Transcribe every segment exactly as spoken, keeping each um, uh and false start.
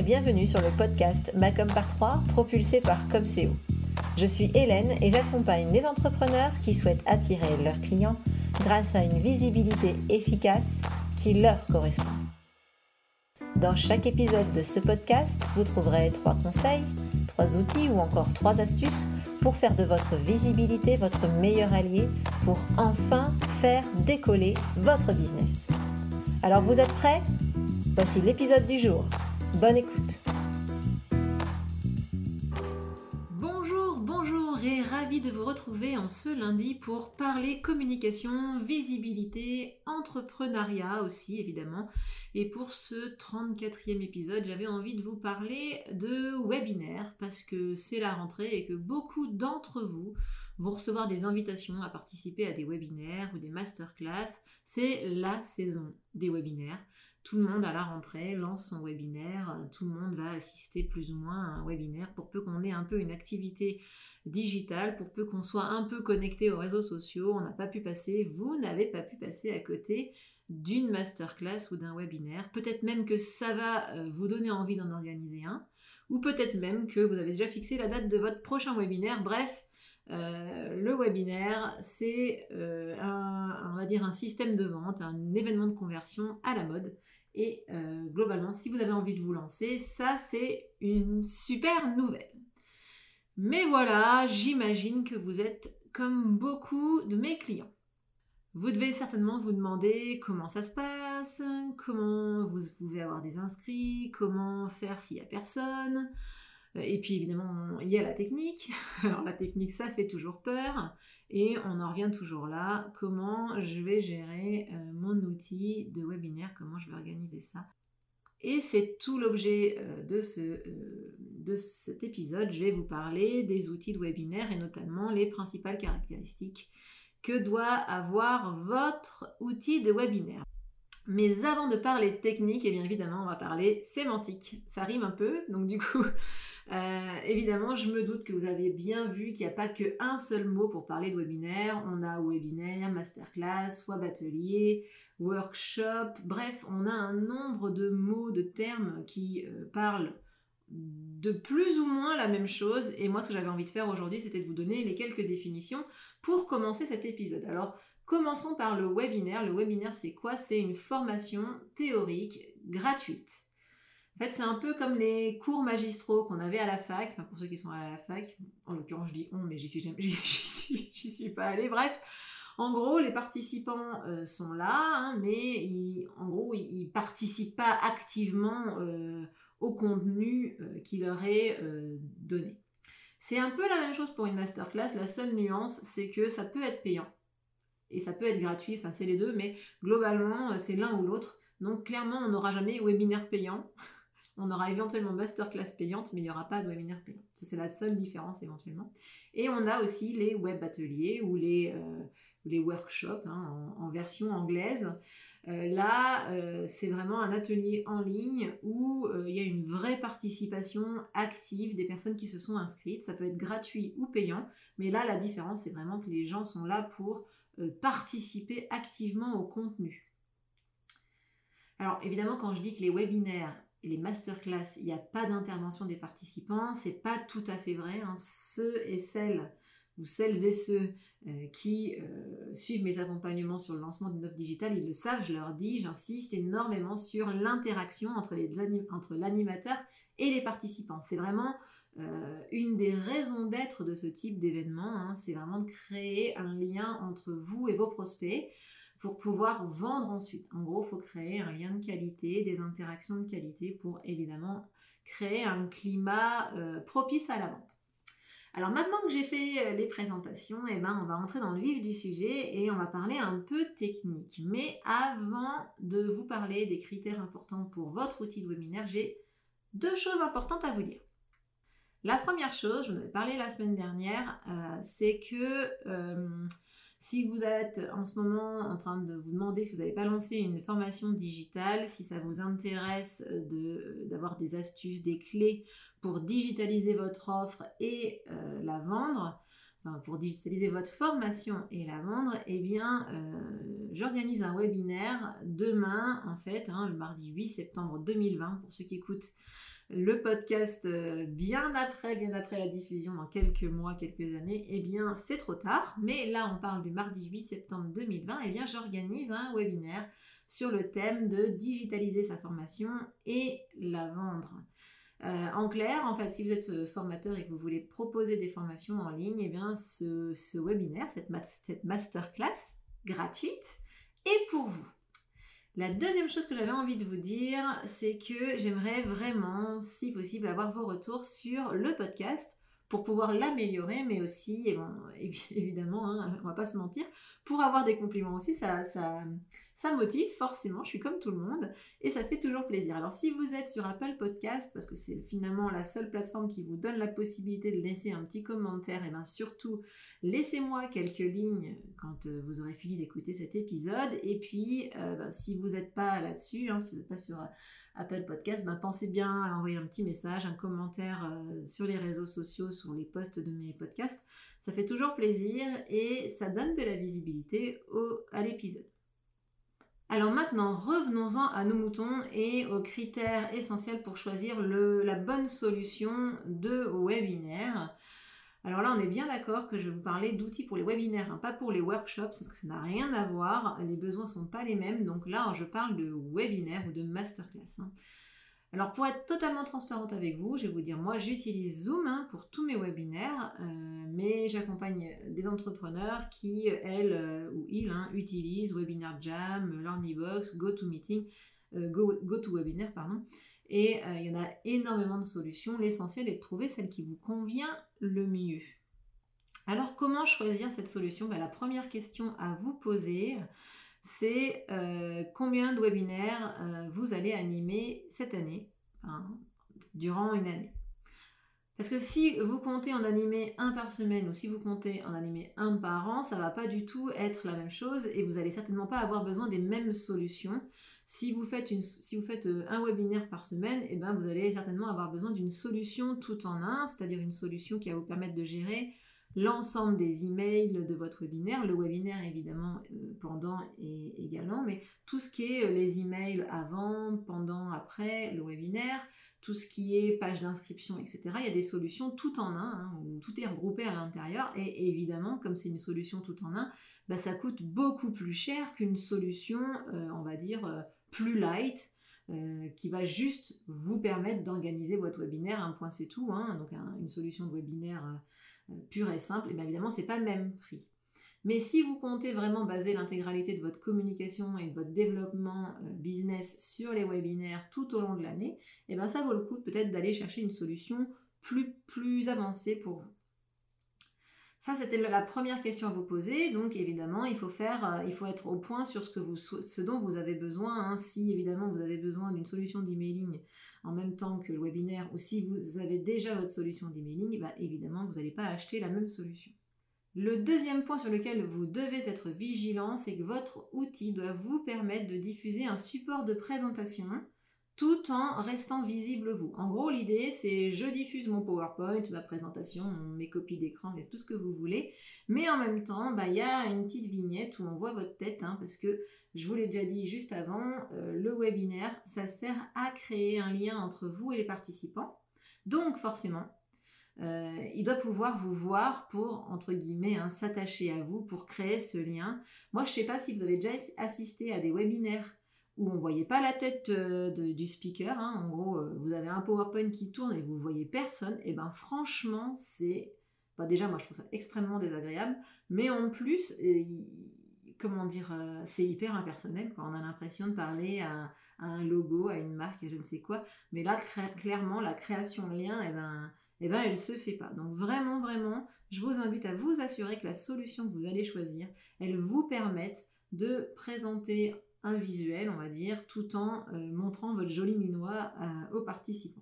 bienvenue sur le podcast Macom par trois, propulsé par Comseo. Je suis Hélène et j'accompagne les entrepreneurs qui souhaitent attirer leurs clients grâce à une visibilité efficace qui leur correspond. Dans chaque épisode de ce podcast, vous trouverez trois conseils, trois outils ou encore trois astuces pour faire de votre visibilité votre meilleur allié pour enfin faire décoller votre business. Alors vous êtes prêts ? Voici l'épisode du jour. Bonne écoute. Bonjour, bonjour et ravi de vous retrouver en ce lundi pour parler communication, visibilité, entrepreneuriat aussi évidemment. Et pour ce trente-quatrième épisode, j'avais envie de vous parler de webinaire parce que c'est la rentrée et que beaucoup d'entre vous vont recevoir des invitations à participer à des webinaires ou des masterclass. C'est la saison des webinaires. Tout le monde à la rentrée lance son webinaire, tout le monde va assister plus ou moins à un webinaire pour peu qu'on ait un peu une activité digitale, pour peu qu'on soit un peu connecté aux réseaux sociaux, on n'a pas pu passer, vous n'avez pas pu passer à côté d'une masterclass ou d'un webinaire. Peut-être même que ça va vous donner envie d'en organiser un, ou peut-être même que vous avez déjà fixé la date de votre prochain webinaire. Bref, euh, le webinaire, c'est euh, un, on va dire un système de vente, un événement de conversion à la mode. Et euh, globalement, si vous avez envie de vous lancer, ça c'est une super nouvelle. Mais voilà, j'imagine que vous êtes comme beaucoup de mes clients. Vous devez certainement vous demander comment ça se passe, comment vous pouvez avoir des inscrits, comment faire s'il n'y a personne. Et puis évidemment, il y a la technique. Alors la technique, ça fait toujours peur. Et on en revient toujours là. Comment je vais gérer euh, mon outil de webinaire, comment je vais organiser ça. Et c'est tout l'objet euh, de, ce, euh, de cet épisode. Je vais vous parler des outils de webinaire et notamment les principales caractéristiques que doit avoir votre outil de webinaire. Mais avant de parler technique, et bien évidemment, on va parler sémantique. Ça rime un peu, donc du coup, euh, évidemment, je me doute que vous avez bien vu qu'il n'y a pas qu'un seul mot pour parler de webinaire. On a webinaire, masterclass, web atelier, workshop, bref, on a un nombre de mots, de termes qui euh, parlent de plus ou moins la même chose. Et moi, ce que j'avais envie de faire aujourd'hui, c'était de vous donner les quelques définitions pour commencer cet épisode. Alors, commençons par le webinaire. Le webinaire, c'est quoi ? C'est une formation théorique gratuite. En fait, c'est un peu comme les cours magistraux qu'on avait à la fac. Enfin, pour ceux qui sont à la fac, en l'occurrence, je dis on, mais j'y suis, jamais, j'y suis, j'y suis pas allée. Bref, en gros, les participants euh, sont là, hein, mais ils, en gros, ils, ils participent pas activement euh, au contenu euh, qui leur est euh, donné. C'est un peu la même chose pour une masterclass. La seule nuance, c'est que ça peut être payant. Et ça peut être gratuit, enfin c'est les deux, mais globalement c'est l'un ou l'autre. Donc clairement on n'aura jamais webinaire payant, on aura éventuellement masterclass payante, mais il n'y aura pas de webinaire payant. Ça c'est la seule différence éventuellement. Et on a aussi les web ateliers ou les, euh, les workshops hein, en, en version anglaise. Euh, là euh, c'est vraiment un atelier en ligne où euh, il y a une vraie participation active des personnes qui se sont inscrites. Ça peut être gratuit ou payant, mais là la différence c'est vraiment que les gens sont là pour participer activement au contenu. Alors évidemment quand je dis que les webinaires et les masterclass, il n'y a pas d'intervention des participants, c'est pas tout à fait vrai. Hein. Ceux et celles ou celles et ceux euh, qui euh, suivent mes accompagnements sur le lancement d'une offre digitale, ils le savent, je leur dis, j'insiste énormément sur l'interaction entre, les anim- entre l'animateur et les participants. C'est vraiment euh, une des raisons d'être de ce type d'événement, hein, c'est vraiment de créer un lien entre vous et vos prospects pour pouvoir vendre ensuite. En gros, il faut créer un lien de qualité, des interactions de qualité pour évidemment créer un climat euh, propice à la vente. Alors maintenant que j'ai fait les présentations, eh ben, on va rentrer dans le vif du sujet et on va parler un peu technique. Mais avant de vous parler des critères importants pour votre outil de webinaire, j'ai deux choses importantes à vous dire. La première chose, je vous en ai parlé la semaine dernière, euh, c'est que euh, si vous êtes en ce moment en train de vous demander si vous n'avez pas lancé une formation digitale, si ça vous intéresse de, d'avoir des astuces, des clés pour digitaliser votre offre et euh, la vendre, enfin, pour digitaliser votre formation et la vendre, eh bien, euh, j'organise un webinaire demain, en fait, hein, le mardi huit septembre deux mille vingt, pour ceux qui écoutent le podcast euh, bien après, bien après la diffusion, dans quelques mois, quelques années, eh bien c'est trop tard. Mais là, on parle du mardi huit septembre deux mille vingt, eh bien j'organise un webinaire sur le thème de digitaliser sa formation et la vendre. Euh, en clair, en fait, si vous êtes formateur et que vous voulez proposer des formations en ligne, eh bien ce, ce webinaire, cette, ma- cette masterclass gratuite est pour vous. La deuxième chose que j'avais envie de vous dire, c'est que j'aimerais vraiment, si possible, avoir vos retours sur le podcast pour pouvoir l'améliorer, mais aussi, et bon, évidemment, hein, on va pas se mentir, pour avoir des compliments aussi, ça, ça, ça motive forcément, je suis comme tout le monde, et ça fait toujours plaisir. Alors si vous êtes sur Apple Podcast, parce que c'est finalement la seule plateforme qui vous donne la possibilité de laisser un petit commentaire, et bien surtout, laissez-moi quelques lignes quand euh, vous aurez fini d'écouter cet épisode. Et puis, euh, bah, si vous n'êtes pas là-dessus, hein, si vous n'êtes pas sur euh, Apple Podcast, bah, pensez bien à envoyer un petit message, un commentaire euh, sur les réseaux sociaux, sur les posts de mes podcasts. Ça fait toujours plaisir et ça donne de la visibilité au, à l'épisode. Alors maintenant, revenons-en à nos moutons et aux critères essentiels pour choisir le, la bonne solution de webinaire. Alors là, on est bien d'accord que je vais vous parler d'outils pour les webinaires, hein, pas pour les workshops, parce que ça n'a rien à voir, les besoins ne sont pas les mêmes. Donc là, je parle de webinaire ou de masterclass. Hein. Alors pour être totalement transparente avec vous, je vais vous dire, moi j'utilise Zoom hein, pour tous mes webinaires, euh, mais j'accompagne des entrepreneurs qui, elles euh, ou ils, hein, utilisent Webinar Jam, Learnybox, GoToMeeting, euh, Go, GoToWebinar, pardon. Et euh, il y en a énormément de solutions. L'essentiel est de trouver celle qui vous convient le mieux. Alors, comment choisir cette solution ? Ben, la première question à vous poser, c'est euh, combien de webinaires euh, vous allez animer cette année, hein, durant une année. Parce que si vous comptez en animer un par semaine ou si vous comptez en animer un par an, ça ne va pas du tout être la même chose et vous n'allez certainement pas avoir besoin des mêmes solutions. Si vous faites, une, si vous faites un webinaire par semaine, eh ben vous allez certainement avoir besoin d'une solution tout en un, c'est-à-dire une solution qui va vous permettre de gérer l'ensemble des emails de votre webinaire, le webinaire évidemment euh, pendant et également, mais tout ce qui est les emails avant, pendant, après le webinaire, tout ce qui est page d'inscription, et cetera. Il y a des solutions tout en un, hein, où tout est regroupé à l'intérieur et évidemment, comme c'est une solution tout en un, bah, ça coûte beaucoup plus cher qu'une solution, euh, on va dire, euh, plus light, Euh, qui va juste vous permettre d'organiser votre webinaire, un point c'est tout, hein, donc un, une solution de webinaire euh, pure et simple, et bien évidemment c'est pas le même prix. Mais si vous comptez vraiment baser l'intégralité de votre communication et de votre développement euh, business sur les webinaires tout au long de l'année, et bien ça vaut le coup peut-être d'aller chercher une solution plus, plus avancée pour vous. Ça, c'était la première question à vous poser. Donc, évidemment, il faut faire, euh, il faut être au point sur ce, que vous, ce dont vous avez besoin. Hein. Si, évidemment, vous avez besoin d'une solution d'emailing en même temps que le webinaire, ou si vous avez déjà votre solution d'emailing, bah, évidemment, vous n'allez pas acheter la même solution. Le deuxième point sur lequel vous devez être vigilant, c'est que votre outil doit vous permettre de diffuser un support de présentation tout en restant visible vous. En gros, l'idée, c'est je diffuse mon PowerPoint, ma présentation, mes copies d'écran, tout ce que vous voulez, mais en même temps, bah, y a une petite vignette où on voit votre tête, hein, parce que je vous l'ai déjà dit juste avant, euh, le webinaire, ça sert à créer un lien entre vous et les participants. Donc, forcément, euh, il doit pouvoir vous voir pour, entre guillemets, hein, s'attacher à vous pour créer ce lien. Moi, je ne sais pas si vous avez déjà assisté à des webinaires où on ne voyait pas la tête euh, de, du speaker, hein. En gros, euh, vous avez un PowerPoint qui tourne et vous ne voyez personne, et bien franchement, c'est... Bah, déjà, moi, je trouve ça extrêmement désagréable, mais en plus, euh, comment dire, euh, c'est hyper impersonnel, quoi. On a l'impression de parler à, à un logo, à une marque, à je ne sais quoi, mais là, clairement, la création de lien, et ben, et ben, elle ne se fait pas. Donc vraiment, vraiment, je vous invite à vous assurer que la solution que vous allez choisir, elle vous permette de présenter un visuel, on va dire, tout en euh, montrant votre joli minois euh, aux participants.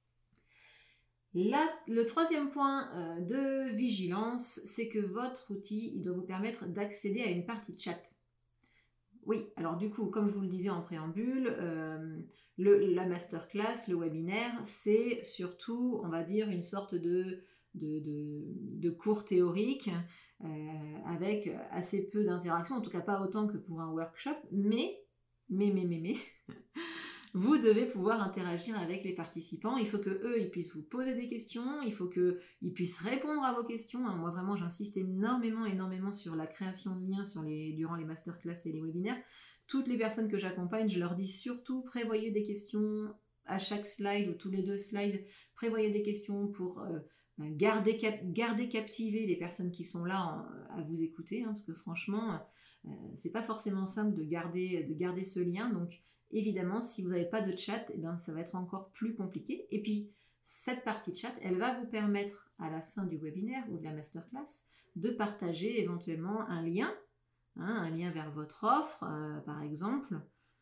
Là, le troisième point euh, de vigilance, c'est que votre outil, il doit vous permettre d'accéder à une partie chat. Oui, alors du coup, comme je vous le disais en préambule, euh, le, la masterclass, le webinaire, c'est surtout, on va dire, une sorte de... De, de, de cours théoriques euh, avec assez peu d'interaction, en tout cas pas autant que pour un workshop, mais, mais, mais, mais, mais, vous devez pouvoir interagir avec les participants. Il faut que eux, ils puissent vous poser des questions, il faut qu'ils puissent répondre à vos questions. Hein. Moi, vraiment, j'insiste énormément, énormément sur la création de liens sur les, durant les masterclass et les webinaires. Toutes les personnes que j'accompagne, je leur dis surtout prévoyez des questions à chaque slide ou tous les deux slides, prévoyez des questions pour euh, garder, cap garder captiver les personnes qui sont là en, à vous écouter, hein, parce que franchement, euh, c'est pas forcément simple de garder, de garder ce lien. Donc, évidemment, si vous n'avez pas de chat, eh ben, ça va être encore plus compliqué. Et puis, cette partie de chat, elle va vous permettre, à la fin du webinaire ou de la masterclass, de partager éventuellement un lien, hein, un lien vers votre offre, euh, par exemple,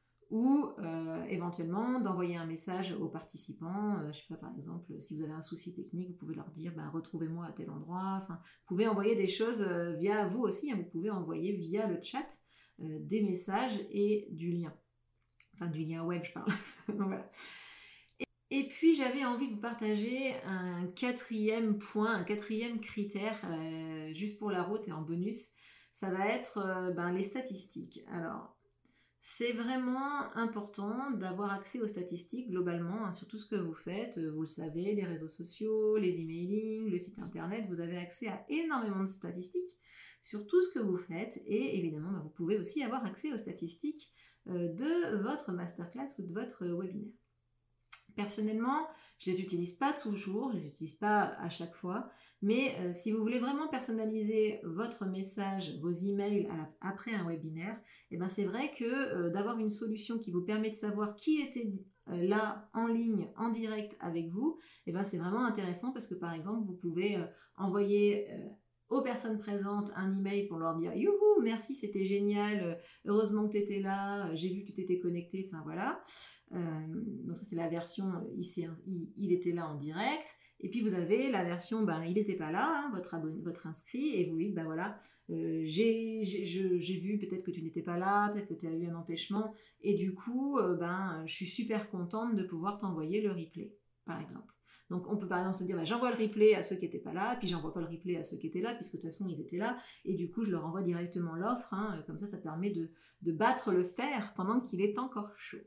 ou euh, éventuellement d'envoyer un message aux participants. Euh, je sais pas, par exemple, si vous avez un souci technique, vous pouvez leur dire bah, retrouvez-moi à tel endroit. Enfin, vous pouvez envoyer des choses euh, via vous aussi, hein, vous pouvez envoyer via le chat euh, des messages et du lien. Enfin, du lien web, je parle. Donc, voilà. Et, et puis, j'avais envie de vous partager un quatrième point, un quatrième critère, euh, juste pour la route et en bonus. Ça va être euh, ben, les statistiques. Alors, c'est vraiment important d'avoir accès aux statistiques globalement, hein, sur tout ce que vous faites. Vous le savez, les réseaux sociaux, les emailing, le site internet, vous avez accès à énormément de statistiques sur tout ce que vous faites. Et évidemment, bah, vous pouvez aussi avoir accès aux statistiques euh, de votre masterclass ou de votre webinaire. Personnellement, je ne les utilise pas toujours, je ne les utilise pas à chaque fois, mais euh, si vous voulez vraiment personnaliser votre message, vos emails à la, après un webinaire, eh ben c'est vrai que euh, d'avoir une solution qui vous permet de savoir qui était euh, là en ligne, en direct avec vous, eh ben c'est vraiment intéressant parce que par exemple, vous pouvez euh, envoyer euh, aux personnes présentes un email pour leur dire « Youhou, merci, c'était génial, heureusement que tu étais là, j'ai vu que tu t'étais connecté, enfin voilà. Euh, » Donc ça c'est la version il, il, il était là en direct. Et puis vous avez la version ben, il n'était pas là, hein, votre, abonné, votre inscrit, et vous dites ben voilà, euh, j'ai vu peut-être que tu n'étais pas là, peut-être que tu as eu un empêchement, et du coup euh, ben, je suis super contente de pouvoir t'envoyer le replay, par exemple. Donc on peut par exemple se dire bah, j'envoie le replay à ceux qui n'étaient pas là, puis j'envoie pas le replay à ceux qui étaient là, puisque de toute façon ils étaient là, et du coup je leur envoie directement l'offre, hein, comme ça ça permet de, de battre le fer pendant qu'il est encore chaud.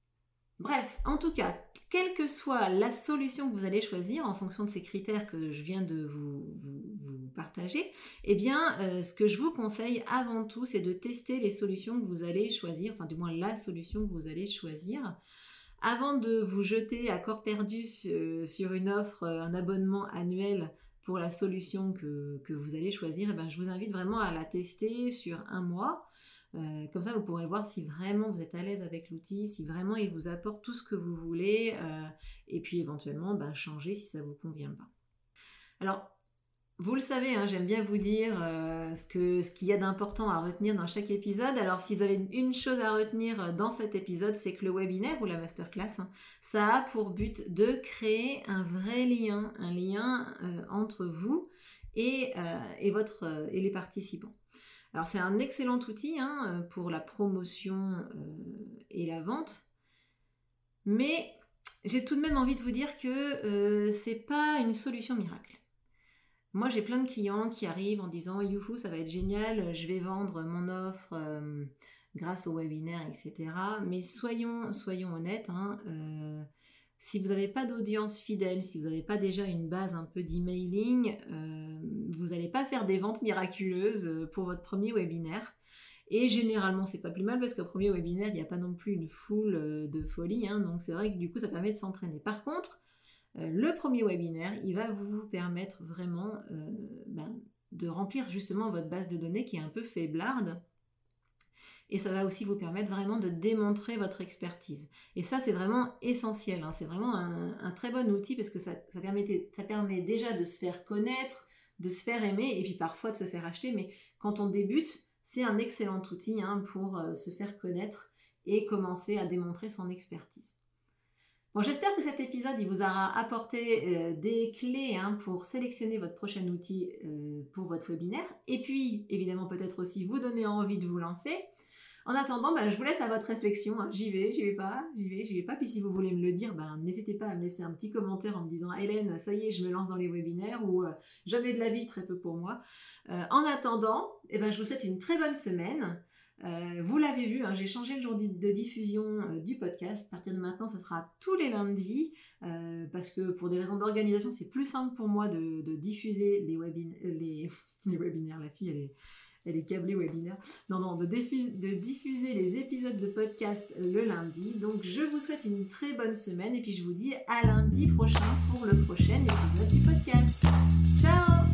Bref, en tout cas, quelle que soit la solution que vous allez choisir en fonction de ces critères que je viens de vous, vous, vous partager, eh bien, euh, ce que je vous conseille avant tout, c'est de tester les solutions que vous allez choisir, enfin du moins la solution que vous allez choisir, avant de vous jeter à corps perdu sur une offre, un abonnement annuel pour la solution que, que vous allez choisir. Eh bien, je vous invite vraiment à la tester sur un mois. Euh, comme ça, vous pourrez voir si vraiment vous êtes à l'aise avec l'outil, si vraiment il vous apporte tout ce que vous voulez, euh, et puis éventuellement ben, changer si ça ne vous convient pas. Alors, vous le savez, hein, j'aime bien vous dire euh, ce que, ce qu'il y a d'important à retenir dans chaque épisode. Alors, si vous avez une chose à retenir dans cet épisode, c'est que le webinaire ou la masterclass, hein, ça a pour but de créer un vrai lien, un lien euh, entre vous et, euh, et, votre, euh, et les participants. Alors, c'est un excellent outil hein, pour la promotion euh, et la vente, mais j'ai tout de même envie de vous dire que euh, ce n'est pas une solution miracle. Moi, j'ai plein de clients qui arrivent en disant « Youhou, ça va être génial, je vais vendre mon offre euh, grâce au webinaire, et cetera » Mais soyons, soyons honnêtes, hein, euh, si vous n'avez pas d'audience fidèle, si vous n'avez pas déjà une base un peu d'emailing, euh, vous n'allez pas faire des ventes miraculeuses pour votre premier webinaire. Et généralement, c'est pas plus mal parce qu'au premier webinaire, il n'y a pas non plus une foule de folie. Hein, donc, c'est vrai que du coup, ça permet de s'entraîner. Par contre, le premier webinaire, il va vous permettre vraiment euh, ben, de remplir justement votre base de données qui est un peu faiblarde. Et ça va aussi vous permettre vraiment de démontrer votre expertise. Et ça, c'est vraiment essentiel. Hein. C'est vraiment un, un très bon outil parce que ça, ça, permet, ça permet déjà de se faire connaître, de se faire aimer et puis parfois de se faire acheter. Mais quand on débute, c'est un excellent outil hein, pour euh, se faire connaître et commencer à démontrer son expertise. Bon, j'espère que cet épisode il vous aura apporté euh, des clés hein, pour sélectionner votre prochain outil euh, pour votre webinaire et puis évidemment peut-être aussi vous donner envie de vous lancer. En attendant, ben, je vous laisse à votre réflexion. Hein. J'y vais, j'y vais pas, j'y vais, j'y vais pas. Puis si vous voulez me le dire, ben, n'hésitez pas à me laisser un petit commentaire en me disant « Hélène, ça y est, je me lance dans les webinaires » ou euh, « Jamais de la vie, très peu pour moi ». Euh, en attendant, eh ben, je vous souhaite une très bonne semaine. Euh, vous l'avez vu, hein, j'ai changé le jour de diffusion euh, du podcast. À partir de maintenant, ce sera tous les lundis euh, parce que pour des raisons d'organisation, c'est plus simple pour moi de, de diffuser les, webin- les, les webinaires. La fille, elle est, elle est câblée webinaire. Non, non, de, diffu- de diffuser les épisodes de podcast le lundi. Donc, je vous souhaite une très bonne semaine et puis je vous dis à lundi prochain pour le prochain épisode du podcast. Ciao!